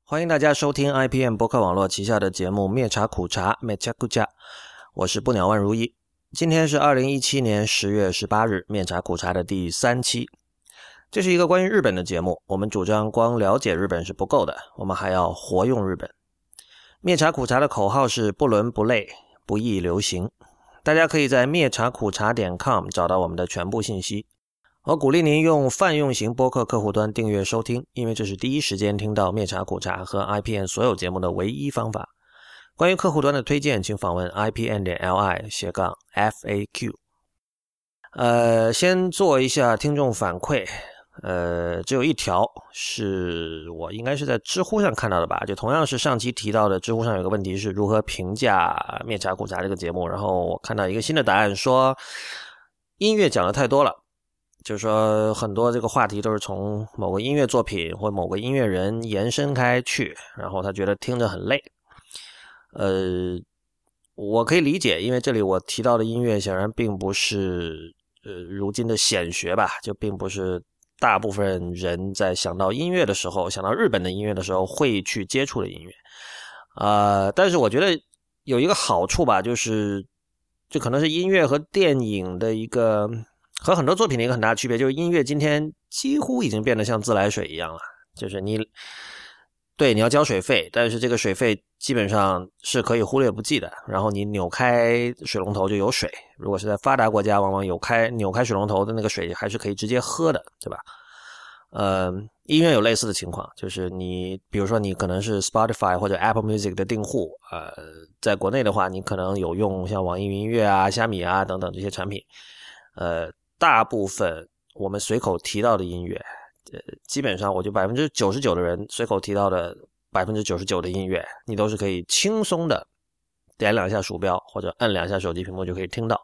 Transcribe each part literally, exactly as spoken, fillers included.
欢迎大家收听 I P M 播客网络旗下的节目灭茶苦茶 Mechakucha， 我是不鸟万如一。今天是二零一七年十月十八日，灭茶苦茶的第三期。这是一个关于日本的节目，我们主张光了解日本是不够的，我们还要活用日本。灭茶苦茶的口号是不伦不类，不易流行。大家可以在灭茶苦茶 .com 找到我们的全部信息。我鼓励您用泛用型播客客户端订阅收听，因为这是第一时间听到灭茶苦茶和 I P N 所有节目的唯一方法。关于客户端的推荐，请访问 I P N 点 L I 斜杠 F A Q。呃，先做一下听众反馈，呃，只有一条是我应该是在知乎上看到的吧，就同样是上期提到的，知乎上有个问题是如何评价灭茶苦茶这个节目，然后我看到一个新的答案说音乐讲的太多了。就是说很多这个话题都是从某个音乐作品或某个音乐人延伸开去，然后他觉得听着很累。呃，我可以理解，因为这里我提到的音乐显然并不是呃如今的显学吧，就并不是大部分人在想到音乐的时候，想到日本的音乐的时候会去接触的音乐。呃，但是我觉得有一个好处吧，就是这可能是音乐和电影的一个和很多作品的一个很大的区别，就是音乐今天几乎已经变得像自来水一样了，就是你对你要交水费，但是这个水费基本上是可以忽略不计的，然后你扭开水龙头就有水，如果是在发达国家，往往有开扭开水龙头的那个水还是可以直接喝的，对吧？呃，音乐有类似的情况，就是你比如说你可能是 Spotify 或者 Apple Music 的订户，呃，在国内的话你可能有用像网易云音乐啊、虾米啊等等这些产品，呃大部分我们随口提到的音乐，呃，基本上我就 百分之九十九 的人随口提到的 百分之九十九 的音乐，你都是可以轻松的点两下鼠标或者按两下手机屏幕就可以听到。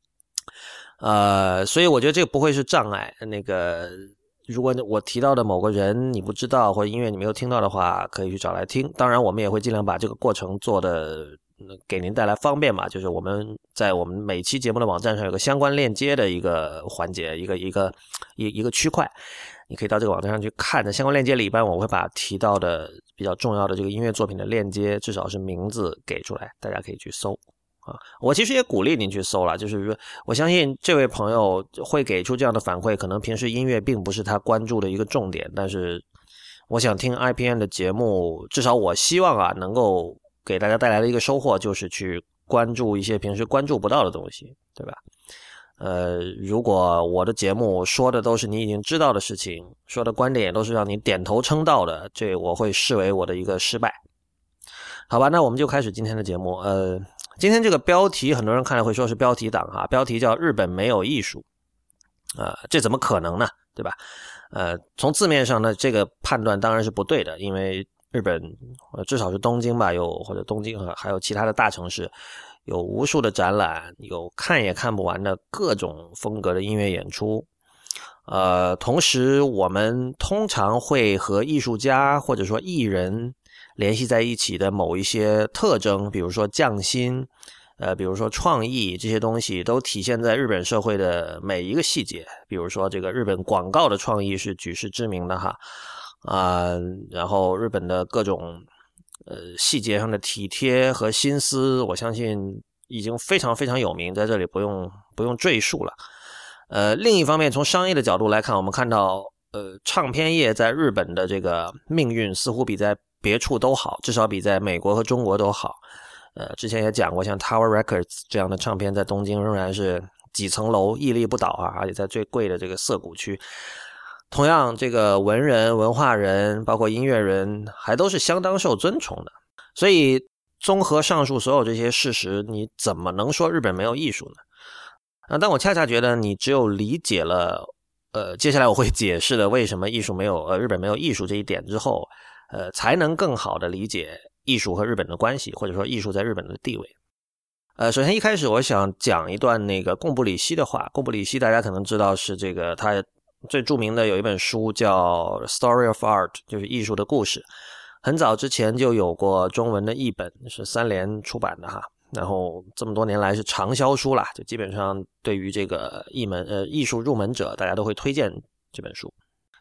呃，所以我觉得这个不会是障碍。那个如果我提到的某个人你不知道或者音乐你没有听到的话，可以去找来听。当然我们也会尽量把这个过程做的给您带来方便嘛，就是我们在我们每期节目的网站上有个相关链接的一个环节，一个一个一一个区块，你可以到这个网站上去看的。相关链接里一般我会把提到的比较重要的这个音乐作品的链接，至少是名字给出来，大家可以去搜啊。我其实也鼓励您去搜了，就是我相信这位朋友会给出这样的反馈，可能平时音乐并不是他关注的一个重点，但是我想听 I P N 的节目，至少我希望啊能够给大家带来的一个收获就是去关注一些平时关注不到的东西，对吧？呃，如果我的节目说的都是你已经知道的事情，说的观点也都是让你点头称道的，这我会视为我的一个失败。好吧，那我们就开始今天的节目。呃，今天这个标题很多人看来会说是标题党哈，标题叫日本没有艺术。呃，这怎么可能呢？对吧？呃，从字面上呢，这个判断当然是不对的，因为日本至少是东京吧，有或者东京还有其他的大城市，有无数的展览，有看也看不完的各种风格的音乐演出。呃，同时我们通常会和艺术家或者说艺人联系在一起的某一些特征，比如说匠心，呃，比如说创意，这些东西都体现在日本社会的每一个细节。比如说这个日本广告的创意是举世知名的哈。啊、呃，然后日本的各种呃细节上的体贴和心思，我相信已经非常非常有名，在这里不用不用赘述了。呃，另一方面，从商业的角度来看，我们看到呃唱片业在日本的这个命运似乎比在别处都好，至少比在美国和中国都好。呃，之前也讲过，像 Tower Records 这样的唱片在东京仍然是几层楼屹立不倒啊，而且在最贵的这个涩谷区。同样，这个文人、文化人，包括音乐人，还都是相当受尊崇的。所以，综合上述所有这些事实，你怎么能说日本没有艺术呢？啊，但我恰恰觉得，你只有理解了，呃，接下来我会解释的为什么艺术没有，呃，日本没有艺术这一点之后，呃，才能更好的理解艺术和日本的关系，或者说艺术在日本的地位。呃，首先一开始我想讲一段那个贡布里希的话。贡布里希大家可能知道是这个他最著名的有一本书叫 Story of Art， 就是艺术的故事，很早之前就有过中文的译本，是三联出版的哈，然后这么多年来是畅销书啦，就基本上对于这个艺门呃艺术入门者大家都会推荐这本书。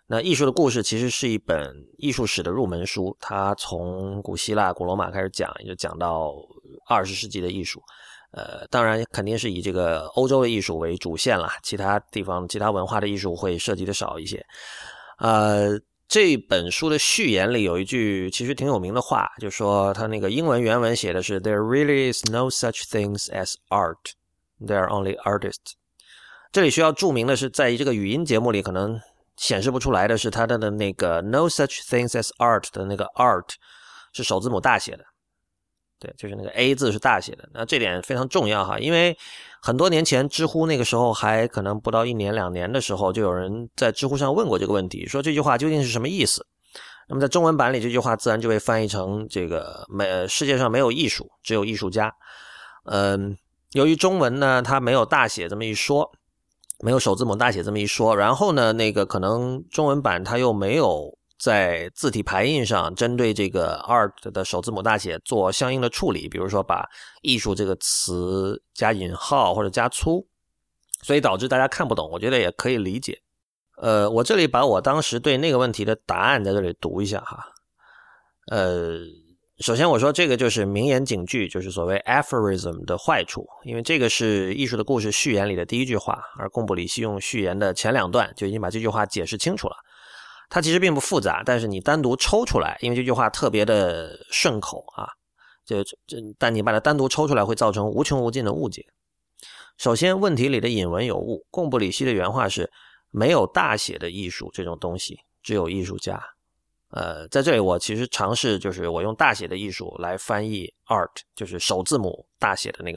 那艺术的故事其实是一本艺术史的入门书，它从古希腊、古罗马开始讲，也就讲到二十世纪的艺术。呃，当然肯定是以这个欧洲的艺术为主线啦，其他地方、其他文化的艺术会涉及的少一些。呃，这本书的序言里有一句其实挺有名的话，就说它那个英文原文写的是 There really is no such things as art, there are only artists。 这里需要注明的是，在这个语音节目里可能显示不出来的是它的那个 no such things as art 的那个 art 是首字母大写的，对，就是那个 A 字是大写的。那这点非常重要哈，因为很多年前知乎那个时候还可能不到一年两年的时候，就有人在知乎上问过这个问题，说这句话究竟是什么意思。那么在中文版里这句话自然就被翻译成这个没世界上没有艺术，只有艺术家。嗯，由于中文呢它没有大写这么一说，没有首字母大写这么一说，然后呢那个可能中文版它又没有在字体排印上针对这个 art 的首字母大写做相应的处理，比如说把艺术这个词加引号或者加粗，所以导致大家看不懂，我觉得也可以理解。呃，我这里把我当时对那个问题的答案在这里读一下哈。呃，首先我说这个就是名言警句，就是所谓 aphorism 的坏处，因为这个是艺术的故事序言里的第一句话，而贡布里希用序言的前两段就已经把这句话解释清楚了。它其实并不复杂，但是你单独抽出来，因为这句话特别的顺口啊，就但你把它单独抽出来会造成无穷无尽的误解。首先问题里的引文有误，贡布里希的原话是没有大写的艺术这种东西，只有艺术家。呃，在这里我其实尝试就是我用大写的艺术来翻译 art， 就是首字母大写的那个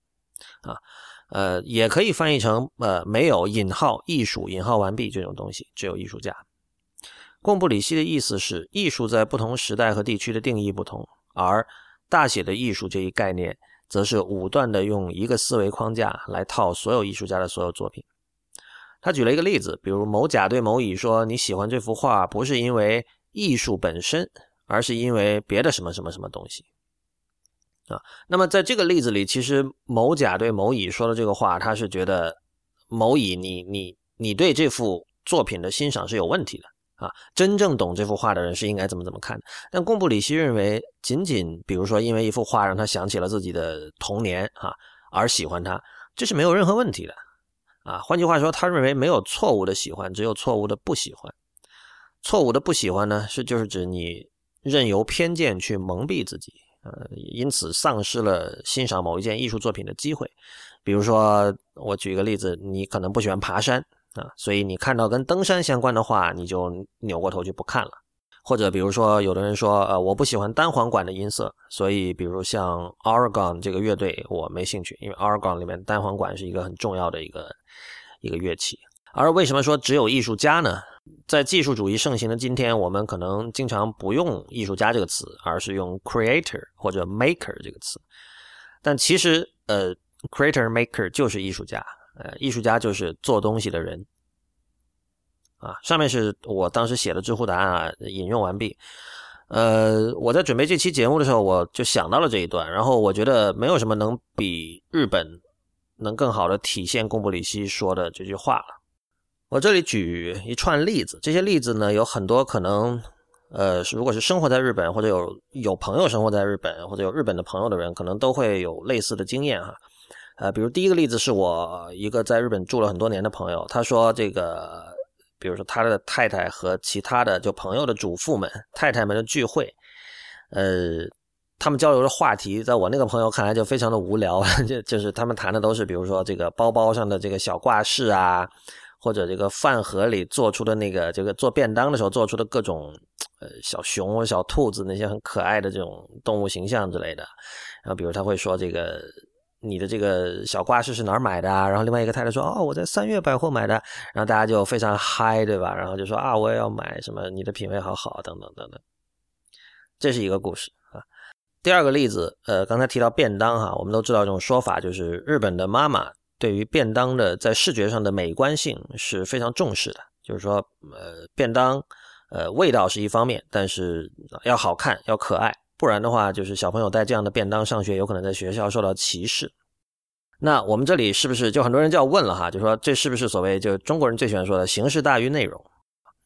art 啊，呃，也可以翻译成呃没有引号艺术引号完毕这种东西，只有艺术家。贡布里希的意思是，艺术在不同时代和地区的定义不同，而大写的艺术这一概念则是武断的用一个思维框架来套所有艺术家的所有作品。他举了一个例子，比如某甲对某乙说，你喜欢这幅画不是因为艺术本身，而是因为别的什么什么什么东西啊。那么在这个例子里，其实某甲对某乙说的这个话，他是觉得某乙你你你对这幅作品的欣赏是有问题的啊，真正懂这幅画的人是应该怎么怎么看。但贡布里希认为，仅仅比如说因为一幅画让他想起了自己的童年啊，而喜欢它，这是没有任何问题的啊。换句话说，他认为没有错误的喜欢，只有错误的不喜欢。错误的不喜欢呢，是就是指你任由偏见去蒙蔽自己，呃，因此丧失了欣赏某一件艺术作品的机会。比如说，我举一个例子，你可能不喜欢爬山啊，所以你看到跟登山相关的话，你就扭过头去不看了。或者比如说，有的人说，呃，我不喜欢单簧管的音色，所以比如像 Oregon 这个乐队，我没兴趣，因为 Oregon 里面单簧管是一个很重要的一个一个乐器。而为什么说只有艺术家呢？在技术主义盛行的今天，我们可能经常不用艺术家这个词，而是用 creator 或者 maker 这个词。但其实呃 creator maker 就是艺术家，呃艺术家就是做东西的人啊。上面是我当时写的知乎答案啊，引用完毕。呃我在准备这期节目的时候，我就想到了这一段，然后我觉得没有什么能比日本能更好的体现贡布里希说的这句话了。我这里举一串例子，这些例子呢有很多可能呃，如果是生活在日本或者有有朋友生活在日本或者有日本的朋友的人，可能都会有类似的经验哈。呃，比如第一个例子是我一个在日本住了很多年的朋友，他说这个比如说他的太太和其他的就朋友的主妇们太太们的聚会，呃他们交流的话题在我那个朋友看来就非常的无聊，就就是他们谈的都是比如说这个包包上的这个小挂饰啊，或者这个饭盒里做出的那个这个做便当的时候做出的各种呃小熊小兔子那些很可爱的这种动物形象之类的。然后比如他会说这个你的这个小挂饰是哪儿买的啊？然后另外一个太太说哦我在三月百货买的，然后大家就非常嗨，对吧？然后就说啊我也要买什么，你的品味好好等等等等。这是一个故事啊。第二个例子，呃刚才提到便当哈，我们都知道这种说法，就是日本的妈妈对于便当的在视觉上的美观性是非常重视的，就是说呃便当呃味道是一方面，但是要好看要可爱，不然的话就是小朋友带这样的便当上学有可能在学校受到歧视。那我们这里是不是就很多人就要问了哈，就说这是不是所谓就中国人最喜欢说的形式大于内容？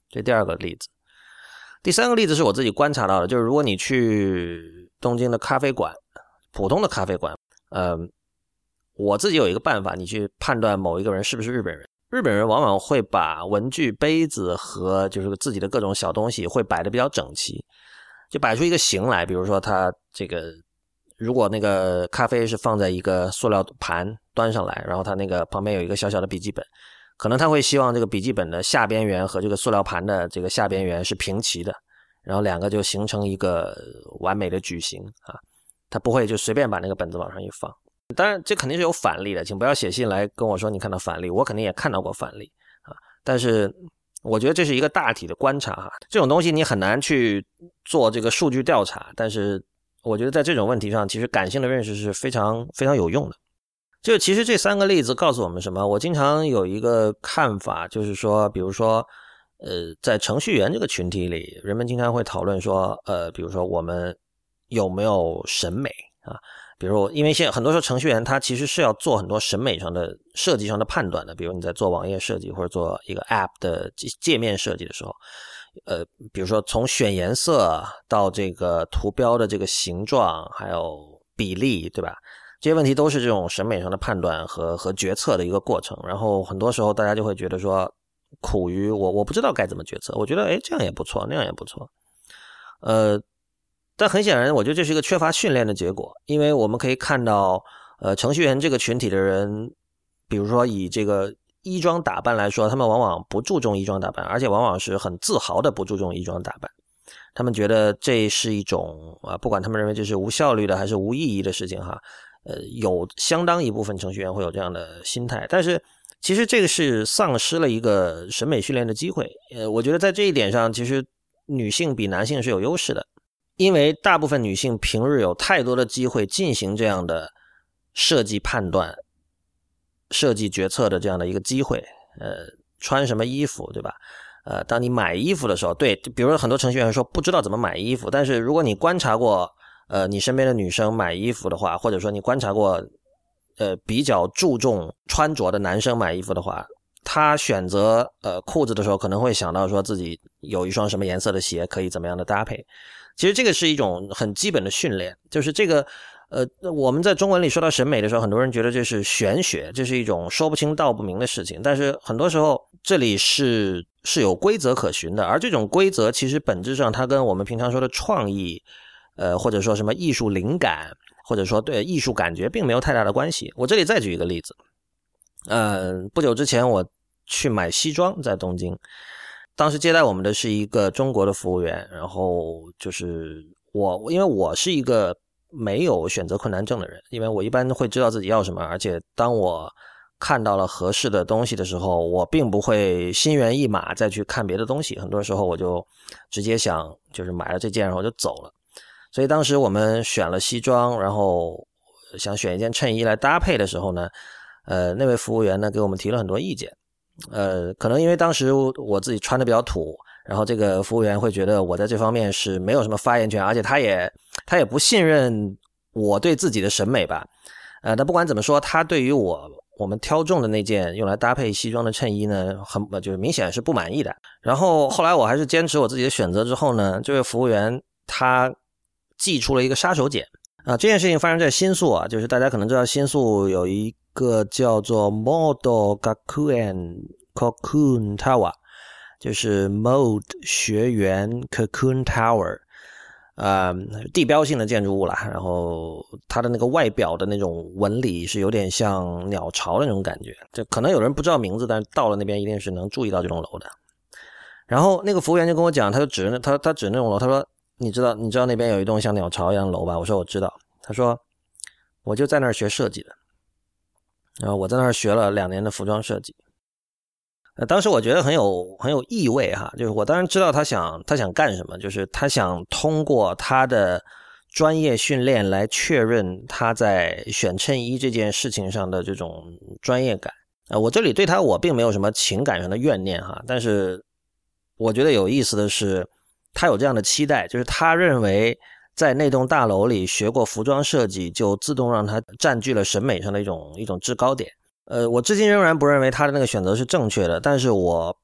这第二个例子。第三个例子是我自己观察到的，就是如果你去东京的咖啡馆，普通的咖啡馆，呃，我自己有一个办法，你去判断某一个人是不是日本人。日本人往往会把文具、杯子和就是自己的各种小东西会摆得比较整齐，就摆出一个形来。比如说他这个，如果那个咖啡是放在一个塑料盘端上来，然后他那个旁边有一个小小的笔记本，可能他会希望这个笔记本的下边缘和这个塑料盘的这个下边缘是平齐的，然后两个就形成一个完美的矩形啊。他不会就随便把那个本子往上一放。当然这肯定是有反例的，请不要写信来跟我说你看到反例，我肯定也看到过反例啊。但是我觉得这是一个大体的观察哈，这种东西你很难去做这个数据调查，但是我觉得在这种问题上，其实感性的认识是非常非常有用的。就其实这三个例子告诉我们什么？我经常有一个看法，就是说，比如说，呃，在程序员这个群体里，人们经常会讨论说，呃，比如说我们有没有审美啊？比如，因为现在很多时候程序员他其实是要做很多审美上的设计上的判断的，比如你在做网页设计或者做一个 App 的界面设计的时候，呃，比如说从选颜色到这个图标的这个形状，还有比例，对吧？这些问题都是这种审美上的判断和和决策的一个过程。然后很多时候大家就会觉得说，苦于我我不知道该怎么决策，我觉得诶这样也不错，那样也不错，呃。但很显然我觉得这是一个缺乏训练的结果，因为我们可以看到呃，程序员这个群体的人，比如说以这个衣装打扮来说，他们往往不注重衣装打扮，而且往往是很自豪的不注重衣装打扮。他们觉得这是一种啊，不管他们认为这是无效率的还是无意义的事情哈，呃，有相当一部分程序员会有这样的心态，但是其实这个是丧失了一个审美训练的机会。呃，我觉得在这一点上，其实女性比男性是有优势的。因为大部分女性平日有太多的机会进行这样的设计判断、设计决策的这样的一个机会，呃，穿什么衣服，对吧？呃，当你买衣服的时候，对，比如说很多程序员说不知道怎么买衣服，但是如果你观察过，呃，你身边的女生买衣服的话，或者说你观察过，呃，比较注重穿着的男生买衣服的话，他选择呃裤子的时候，可能会想到说自己有一双什么颜色的鞋可以怎么样的搭配。其实这个是一种很基本的训练，就是这个呃，我们在中文里说到审美的时候，很多人觉得这是玄学，这是一种说不清道不明的事情，但是很多时候这里是是有规则可循的，而这种规则其实本质上它跟我们平常说的创意呃，或者说什么艺术灵感，或者说对艺术感觉并没有太大的关系。我这里再举一个例子，呃，不久之前我去买西装在东京，当时接待我们的是一个中国的服务员，然后就是我，因为我是一个没有选择困难症的人，因为我一般会知道自己要什么，而且当我看到了合适的东西的时候，我并不会心猿意马再去看别的东西，很多时候我就直接想就是买了这件然后就走了。所以当时我们选了西装，然后想选一件衬衣来搭配的时候呢，呃，那位服务员呢给我们提了很多意见。呃，可能因为当时我自己穿的比较土，然后这个服务员会觉得我在这方面是没有什么发言权，而且他也他也不信任我对自己的审美吧。呃，但不管怎么说，他对于我我们挑中的那件用来搭配西装的衬衣呢，很就是明显是不满意的。然后后来我还是坚持我自己的选择之后呢，这位服务员他寄出了一个杀手锏啊。这件事情发生在新宿啊，就是大家可能知道新宿有一个叫做 Model Gakuen Cocoon Tower， 就是 Mode 学园 Cocoon Tower， 呃，地标性的建筑物啦。然后它的那个外表的那种纹理是有点像鸟巢的那种感觉，这可能有人不知道名字，但是到了那边一定是能注意到这种楼的。然后那个服务员就跟我讲，他就指着他他指那种楼，他说你知道你知道那边有一栋像鸟巢一样的楼吧？我说我知道。他说我就在那儿学设计的，然后我在那儿学了两年的服装设计。呃，当时我觉得很有很有意味哈，就是我当然知道他想他想干什么，就是他想通过他的专业训练来确认他在选衬衣这件事情上的这种专业感。呃，我这里对他我并没有什么情感上的怨念哈，但是我觉得有意思的是，他有这样的期待，就是他认为在那栋大楼里学过服装设计，就自动让他占据了审美上的一种一种制高点。呃，我至今仍然不认为他的那个选择是正确的，但是我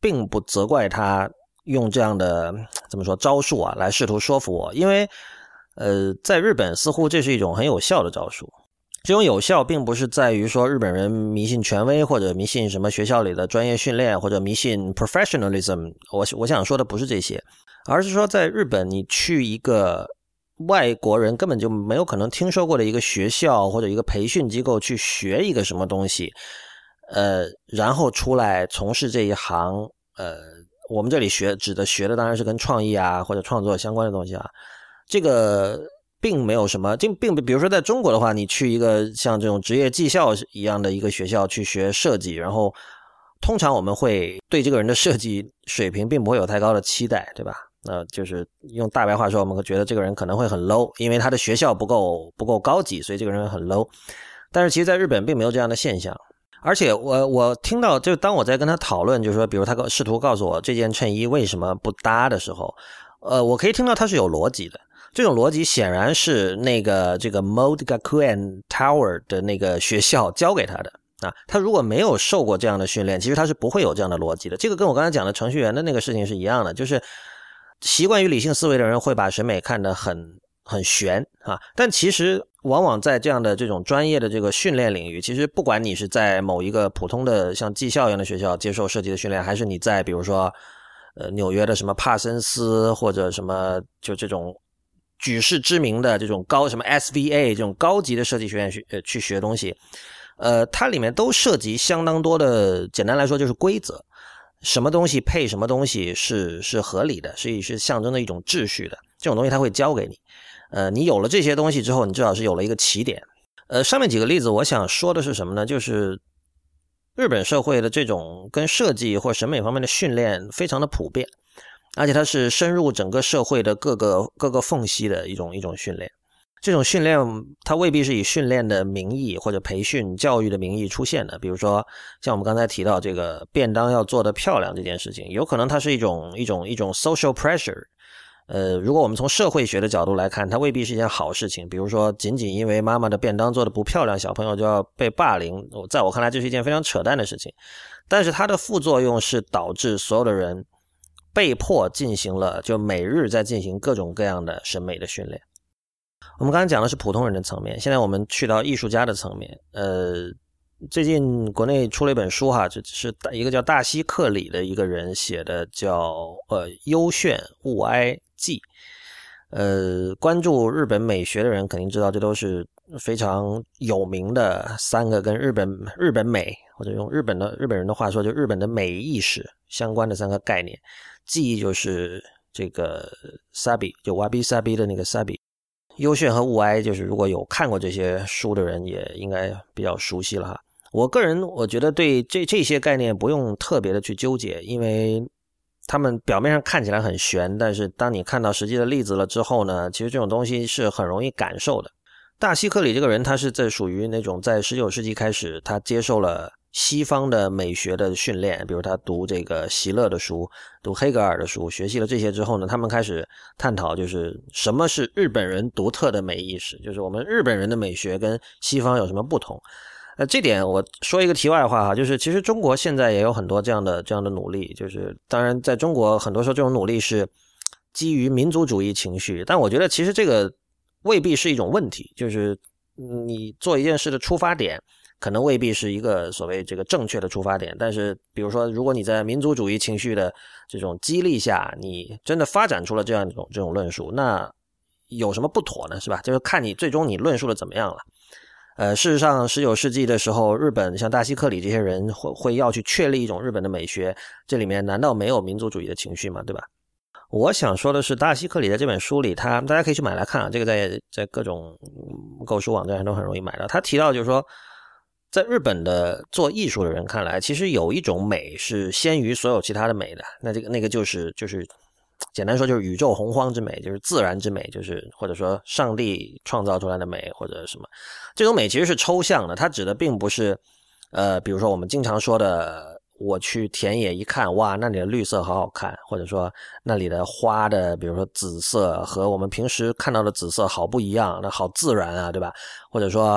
并不责怪他用这样的怎么说招数啊来试图说服我，因为呃，在日本似乎这是一种很有效的招数。这种有效并不是在于说日本人迷信权威，或者迷信什么学校里的专业训练，或者迷信 professionalism， 我我想说的不是这些，而是说在日本你去一个外国人根本就没有可能听说过的一个学校或者一个培训机构去学一个什么东西，呃，然后出来从事这一行，呃，我们这里学指的学的当然是跟创意啊或者创作相关的东西啊，这个并没有什么，并比如说在中国的话，你去一个像这种职业技校一样的一个学校去学设计，然后通常我们会对这个人的设计水平并不会有太高的期待，对吧？那就是用大白话说，我们会觉得这个人可能会很 low， 因为他的学校不够不够高级，所以这个人很 low。但是其实在日本并没有这样的现象，而且我我听到，就当我在跟他讨论，就是说比如他试图告诉我这件衬衣为什么不搭的时候，呃，我可以听到他是有逻辑的。这种逻辑显然是那个这个 Mode Gakuen Tower 的那个学校教给他的啊，他如果没有受过这样的训练，其实他是不会有这样的逻辑的。这个跟我刚才讲的程序员的那个事情是一样的，就是习惯于理性思维的人会把审美看得很很玄啊，但其实往往在这样的这种专业的这个训练领域，其实不管你是在某一个普通的像技校一样的学校接受设计的训练，还是你在比如说呃纽约的什么帕森斯或者什么就这种举世知名的这种高什么 S V A 这种高级的设计学院去呃去学东西，呃，它里面都涉及相当多的，简单来说就是规则，什么东西配什么东西是是合理的，是是象征的一种秩序的，这种东西它会教给你。呃，你有了这些东西之后，你至少是有了一个起点。呃，上面几个例子我想说的是什么呢？就是日本社会的这种跟设计或审美方面的训练非常的普遍。而且它是深入整个社会的各个各个缝隙的一种一种训练，这种训练它未必是以训练的名义或者培训教育的名义出现的。比如说像我们刚才提到这个便当要做得漂亮这件事情，有可能它是一种一种一种 social pressure。呃，如果我们从社会学的角度来看，它未必是一件好事情。比如说仅仅因为妈妈的便当做得不漂亮，小朋友就要被霸凌，在我看来这是一件非常扯淡的事情。但是它的副作用是导致所有的人被迫进行了，就每日在进行各种各样的审美的训练。我们刚才讲的是普通人的层面，现在我们去到艺术家的层面。呃，最近国内出了一本书哈，这是一个叫大西克里的一个人写的，叫呃幽炫物哀记。呃，关注日本美学的人肯定知道，这都是非常有名的三个跟日本日本美，或者用日本的日本人的话说，就日本的美意识相关的三个概念。记忆就是这个 sabi， 就 wabi sabi 的那个 sabi。幽炫和物哀就是如果有看过这些书的人也应该比较熟悉了哈。我个人我觉得对这这些概念不用特别的去纠结，因为他们表面上看起来很玄，但是当你看到实际的例子了之后呢，其实这种东西是很容易感受的。大西克里这个人他是在属于那种在十九世纪开始他接受了西方的美学的训练，比如他读这个席勒的书，读黑格尔的书，学习了这些之后呢，他们开始探讨就是什么是日本人独特的美意识，就是我们日本人的美学跟西方有什么不同。呃，这点我说一个题外话哈，就是其实中国现在也有很多这样的这样的努力，就是当然在中国很多时候这种努力是基于民族主义情绪，但我觉得其实这个未必是一种问题，就是你做一件事的出发点可能未必是一个所谓这个正确的出发点，但是比如说如果你在民族主义情绪的这种激励下，你真的发展出了这样一种这种论述，那有什么不妥呢？是吧？就是看你最终你论述的怎么样了。呃，事实上十九世纪的时候，日本像大西克里这些人会会要去确立一种日本的美学，这里面难道没有民族主义的情绪吗？对吧？我想说的是，大西克里在这本书里，他大家可以去买来看啊，这个在在各种购书网站上都很容易买到。他提到就是说，在日本的做艺术的人看来，其实有一种美是先于所有其他的美的，那这个那个就是就是简单说就是宇宙洪荒之美，就是自然之美，就是或者说上帝创造出来的美或者什么。这种美其实是抽象的，它指的并不是呃比如说我们经常说的我去田野一看，哇那里的绿色好好看，或者说那里的花的比如说紫色和我们平时看到的紫色好不一样，那好自然啊，对吧？或者说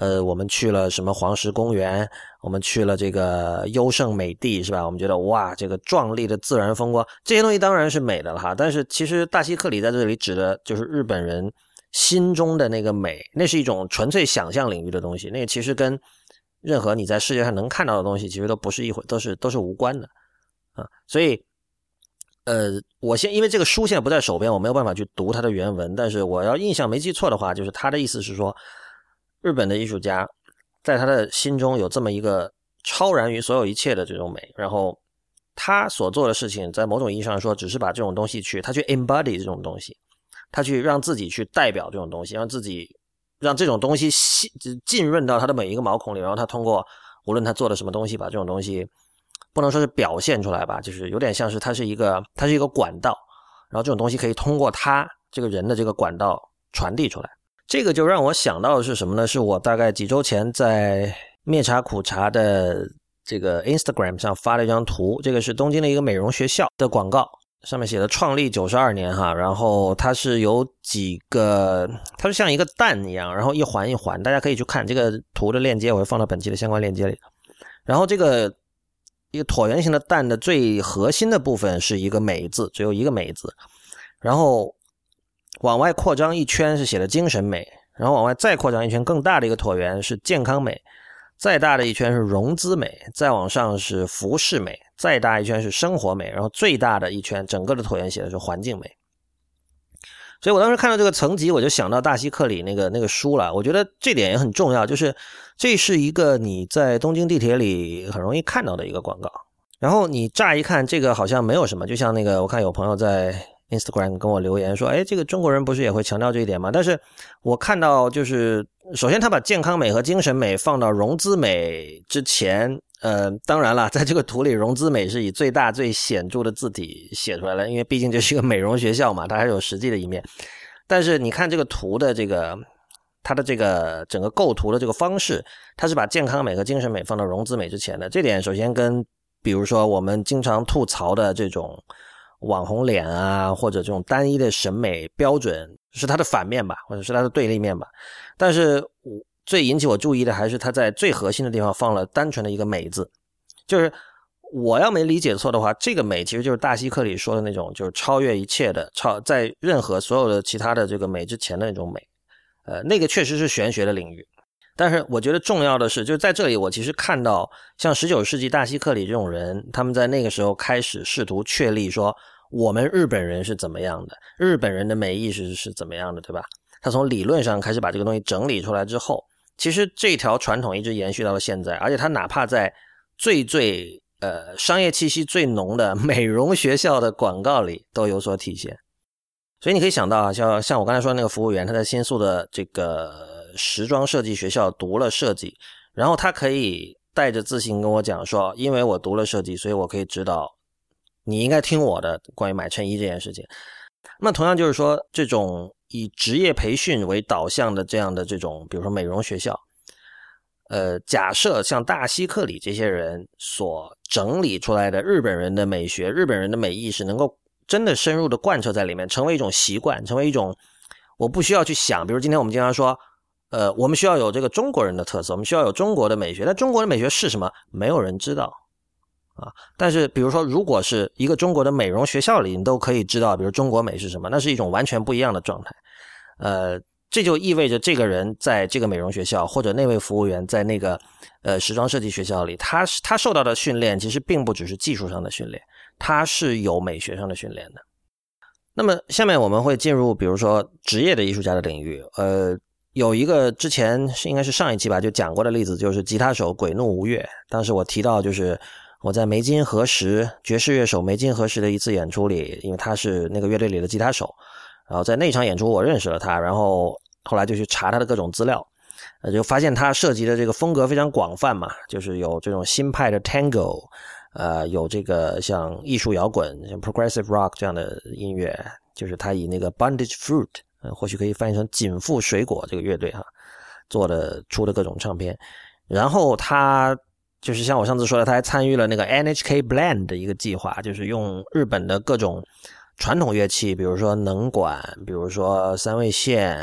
呃，我们去了什么黄石公园，我们去了这个优胜美地，是吧？我们觉得哇，这个壮丽的自然风光，这些东西当然是美的了哈。但是其实大西克里在这里指的就是日本人心中的那个美，那是一种纯粹想象领域的东西，那个其实跟任何你在世界上能看到的东西其实都不是一回，都是都是无关的啊。所以呃，我现因为这个书现在不在手边，我没有办法去读它的原文，但是我要印象没记错的话，就是他的意思是说，日本的艺术家在他的心中有这么一个超然于所有一切的这种美，然后他所做的事情在某种意义上说只是把这种东西去他去 embody 这种东西，他去让自己去代表这种东西，让自己让这种东西浸润到他的每一个毛孔里，然后他通过无论他做的什么东西把这种东西不能说是表现出来吧，就是有点像是它是一个它是一个管道，然后这种东西可以通过他这个人的这个管道传递出来。这个就让我想到的是什么呢？是我大概几周前在灭茶苦茶的这个 Instagram 上发了一张图，这个是东京的一个美容学校的广告，上面写的创立九十二年哈，然后它是有几个，它是像一个蛋一样，然后一环一环，大家可以去看这个图的链接，我会放到本期的相关链接里。然后这个一个椭圆形的蛋的最核心的部分是一个美字，只有一个美字，然后往外扩张一圈是写的精神美，然后往外再扩张一圈更大的一个椭圆是健康美，再大的一圈是融资美，再往上是服饰美，再大一圈是生活美，然后最大的一圈整个的椭圆写的是环境美。所以我当时看到这个层级，我就想到大西克里那个那个书了。我觉得这点也很重要，就是这是一个你在东京地铁里很容易看到的一个广告。然后你乍一看这个好像没有什么，就像那个我看有朋友在 Instagram 跟我留言说，哎，这个中国人不是也会强调这一点吗？但是我看到就是首先他把健康美和精神美放到融资美之前。呃，当然了，在这个图里，融资美是以最大最显著的字体写出来了，因为毕竟这是一个美容学校嘛，它还是有实际的一面。但是你看这个图的这个，它的这个整个构图的这个方式，它是把健康美和精神美放到融资美之前的。这点首先跟比如说我们经常吐槽的这种网红脸啊，或者这种单一的审美标准是它的反面吧，或者是它的对立面吧。但是我最引起我注意的还是他在最核心的地方放了单纯的一个美字，就是我要没理解错的话，这个美其实就是大西克里说的那种就是超越一切的，超在任何所有的其他的这个美之前的那种美，呃，那个确实是玄学的领域。但是我觉得重要的是，就是在这里我其实看到像十九世纪大西克里这种人，他们在那个时候开始试图确立说我们日本人是怎么样的，日本人的美意识是怎么样的，对吧？他从理论上开始把这个东西整理出来之后，其实这条传统一直延续到了现在，而且它哪怕在最最呃商业气息最浓的美容学校的广告里都有所体现。所以你可以想到啊，像像我刚才说的那个服务员，他在新宿的这个时装设计学校读了设计，然后他可以带着自信跟我讲说，因为我读了设计，所以我可以知道你应该听我的关于买衬衣这件事情。那同样就是说，这种以职业培训为导向的这样的这种比如说美容学校，呃，假设像大西克里这些人所整理出来的日本人的美学，日本人的美意识能够真的深入的贯彻在里面，成为一种习惯，成为一种我不需要去想，比如今天我们经常说呃，我们需要有这个中国人的特色，我们需要有中国的美学，但中国的美学是什么？没有人知道啊。但是比如说如果是一个中国的美容学校里，你都可以知道比如中国美是什么，那是一种完全不一样的状态。呃，这就意味着这个人在这个美容学校，或者那位服务员在那个呃时装设计学校里，他他受到的训练其实并不只是技术上的训练，他是有美学上的训练的。那么下面我们会进入比如说职业的艺术家的领域。呃，有一个之前是应该是上一期吧就讲过的例子，就是吉他手鬼怒无月。当时我提到就是我在梅津和实爵士乐手梅津和实的一次演出里，因为他是那个乐队里的吉他手，然后在那场演出我认识了他，然后后来就去查他的各种资料，呃，就发现他涉及的这个风格非常广泛嘛，就是有这种新派的 Tango， 呃，有这个像艺术摇滚像 Progressive Rock 这样的音乐，就是他以那个 Bondage Fruit， 呃，或许可以翻译成紧缚水果这个乐队哈，做的出的各种唱片。然后他就是像我上次说的，他还参与了那个 N H K Blend 的一个计划，就是用日本的各种传统乐器，比如说能管，比如说三味线，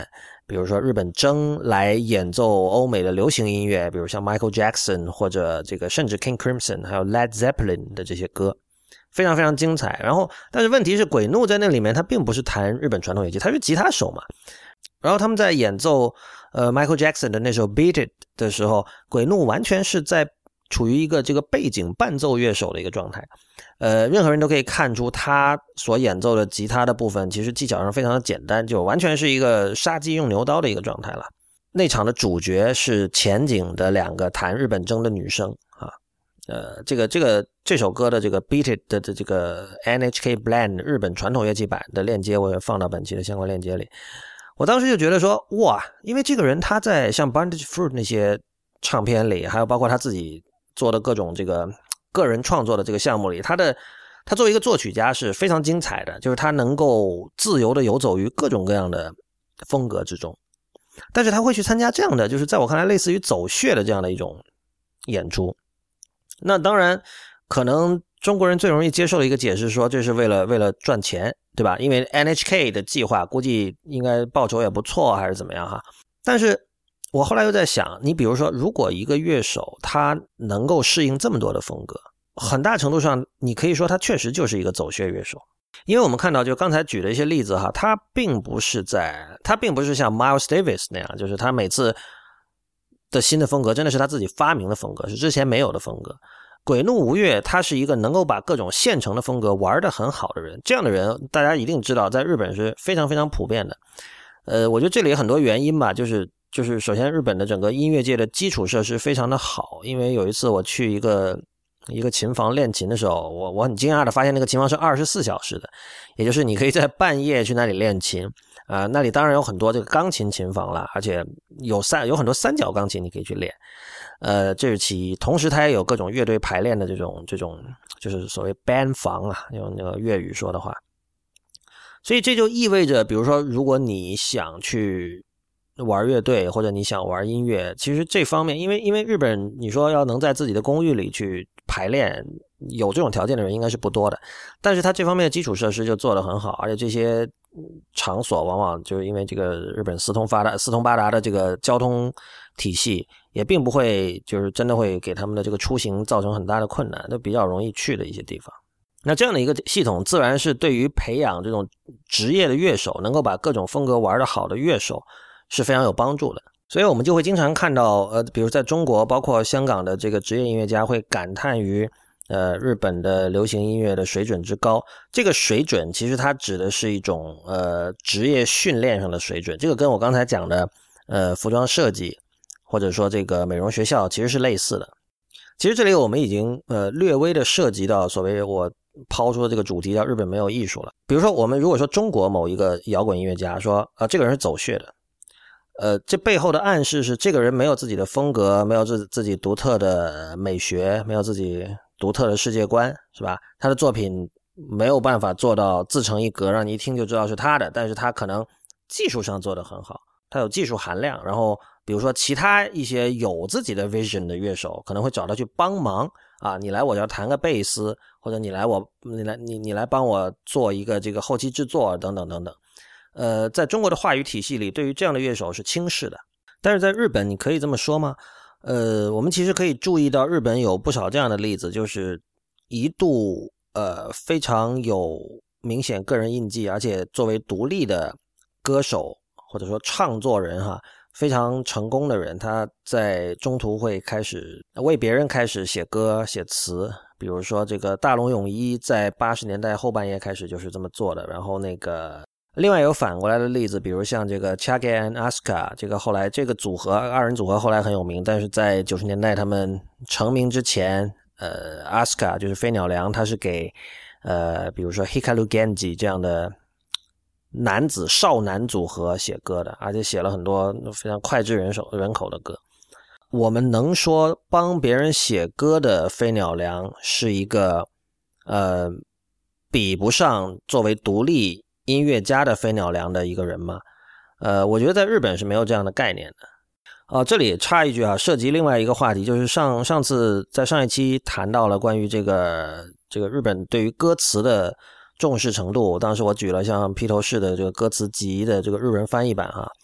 比如说日本筝来演奏欧美的流行音乐，比如像 Michael Jackson 或者这个甚至 King Crimson 还有 Led Zeppelin 的这些歌，非常非常精彩。然后但是问题是鬼怒在那里面他并不是弹日本传统乐器，他是吉他手嘛。然后他们在演奏呃 Michael Jackson 的那首 Beat It 的时候，鬼怒完全是在处于一个这个背景伴奏乐手的一个状态。呃，任何人都可以看出他所演奏的吉他的部分其实技巧上非常的简单，就完全是一个杀鸡用牛刀的一个状态了。那场的主角是前景的两个弹日本筝的女生啊。呃，这个这个这首歌的这个 Beat It 的这个 N H K Blend 日本传统乐器版的链接我也放到本期的相关链接里。我当时就觉得说，哇，因为这个人他在像 Bandage Fruit 那些唱片里，还有包括他自己做的各种这个个人创作的这个项目里，他的他作为一个作曲家是非常精彩的，就是他能够自由的游走于各种各样的风格之中。但是他会去参加这样的，就是在我看来类似于走穴的这样的一种演出。那当然可能中国人最容易接受的一个解释说这是为了为了赚钱，对吧？因为 N H K 的计划估计应该报酬也不错还是怎么样哈。但是我后来又在想，你比如说如果一个乐手他能够适应这么多的风格，很大程度上你可以说他确实就是一个走穴乐手。因为我们看到就刚才举的一些例子哈，他并不是在他并不是像 Miles Davis 那样，就是他每次的新的风格真的是他自己发明的风格，是之前没有的风格。鬼怒无月他是一个能够把各种现成的风格玩得很好的人，这样的人大家一定知道在日本是非常非常普遍的。呃，我觉得这里有很多原因吧，就是就是首先日本的整个音乐界的基础设施非常的好。因为有一次我去一个一个琴房练琴的时候，我我很惊讶的发现那个琴房是二十四小时的，也就是你可以在半夜去那里练琴啊、呃，那里当然有很多这个钢琴琴房了，而且有三有很多三角钢琴你可以去练。呃，这是其一。同时它也有各种乐队排练的这种这种就是所谓 band 房啊，用那个粤语说的话。所以这就意味着比如说如果你想去玩乐队或者你想玩音乐，其实这方面因为因为日本你说要能在自己的公寓里去排练，有这种条件的人应该是不多的，但是他这方面的基础设施就做得很好，而且这些场所往往就是因为这个日本四通发达四通八达的这个交通体系，也并不会就是真的会给他们的这个出行造成很大的困难，都比较容易去的一些地方。那这样的一个系统自然是对于培养这种职业的乐手，能够把各种风格玩得好的乐手是非常有帮助的。所以我们就会经常看到呃，比如在中国包括香港的这个职业音乐家会感叹于呃日本的流行音乐的水准之高。这个水准其实它指的是一种呃职业训练上的水准，这个跟我刚才讲的呃服装设计或者说这个美容学校其实是类似的。其实这里我们已经呃略微的涉及到所谓我抛出的这个主题叫日本没有艺术了。比如说我们如果说中国某一个摇滚音乐家说啊、呃、这个人是走穴的，呃，这背后的暗示是这个人没有自己的风格，没有自自己独特的美学，没有自己独特的世界观，是吧？他的作品没有办法做到自成一格，让你一听就知道是他的，但是他可能技术上做得很好，他有技术含量。然后比如说其他一些有自己的 vision 的乐手可能会找他去帮忙啊，你来我要弹个贝斯，或者你来我你来你你来帮我做一个这个后期制作等等等等。呃，在中国的话语体系里，对于这样的乐手是轻视的。但是在日本，你可以这么说吗？呃，我们其实可以注意到，日本有不少这样的例子，就是一度呃非常有明显个人印记，而且作为独立的歌手或者说唱作人哈，非常成功的人，他在中途会开始为别人开始写歌写词。比如说这个大龙泳衣在八十年代后半叶开始就是这么做的，然后那个。另外有反过来的例子，比如像这个 Chage and Asuka， 这个后来这个组合二人组合后来很有名，但是在九十年代他们成名之前，呃 Asuka 就是飞鸟良，他是给呃比如说 Hikaru Genji 这样的男子少男组合写歌的，而且写了很多非常脍炙人手人口的歌。我们能说帮别人写歌的飞鸟良是一个呃比不上作为独立音乐家的飞鸟良的一个人吗？呃，我觉得在日本是没有这样的概念的。啊、呃，这里插一句啊，涉及另外一个话题，就是上上次在上一期谈到了关于这个这个日本对于歌词的重视程度，当时我举了像披头士的这个歌词集的这个日文翻译版哈。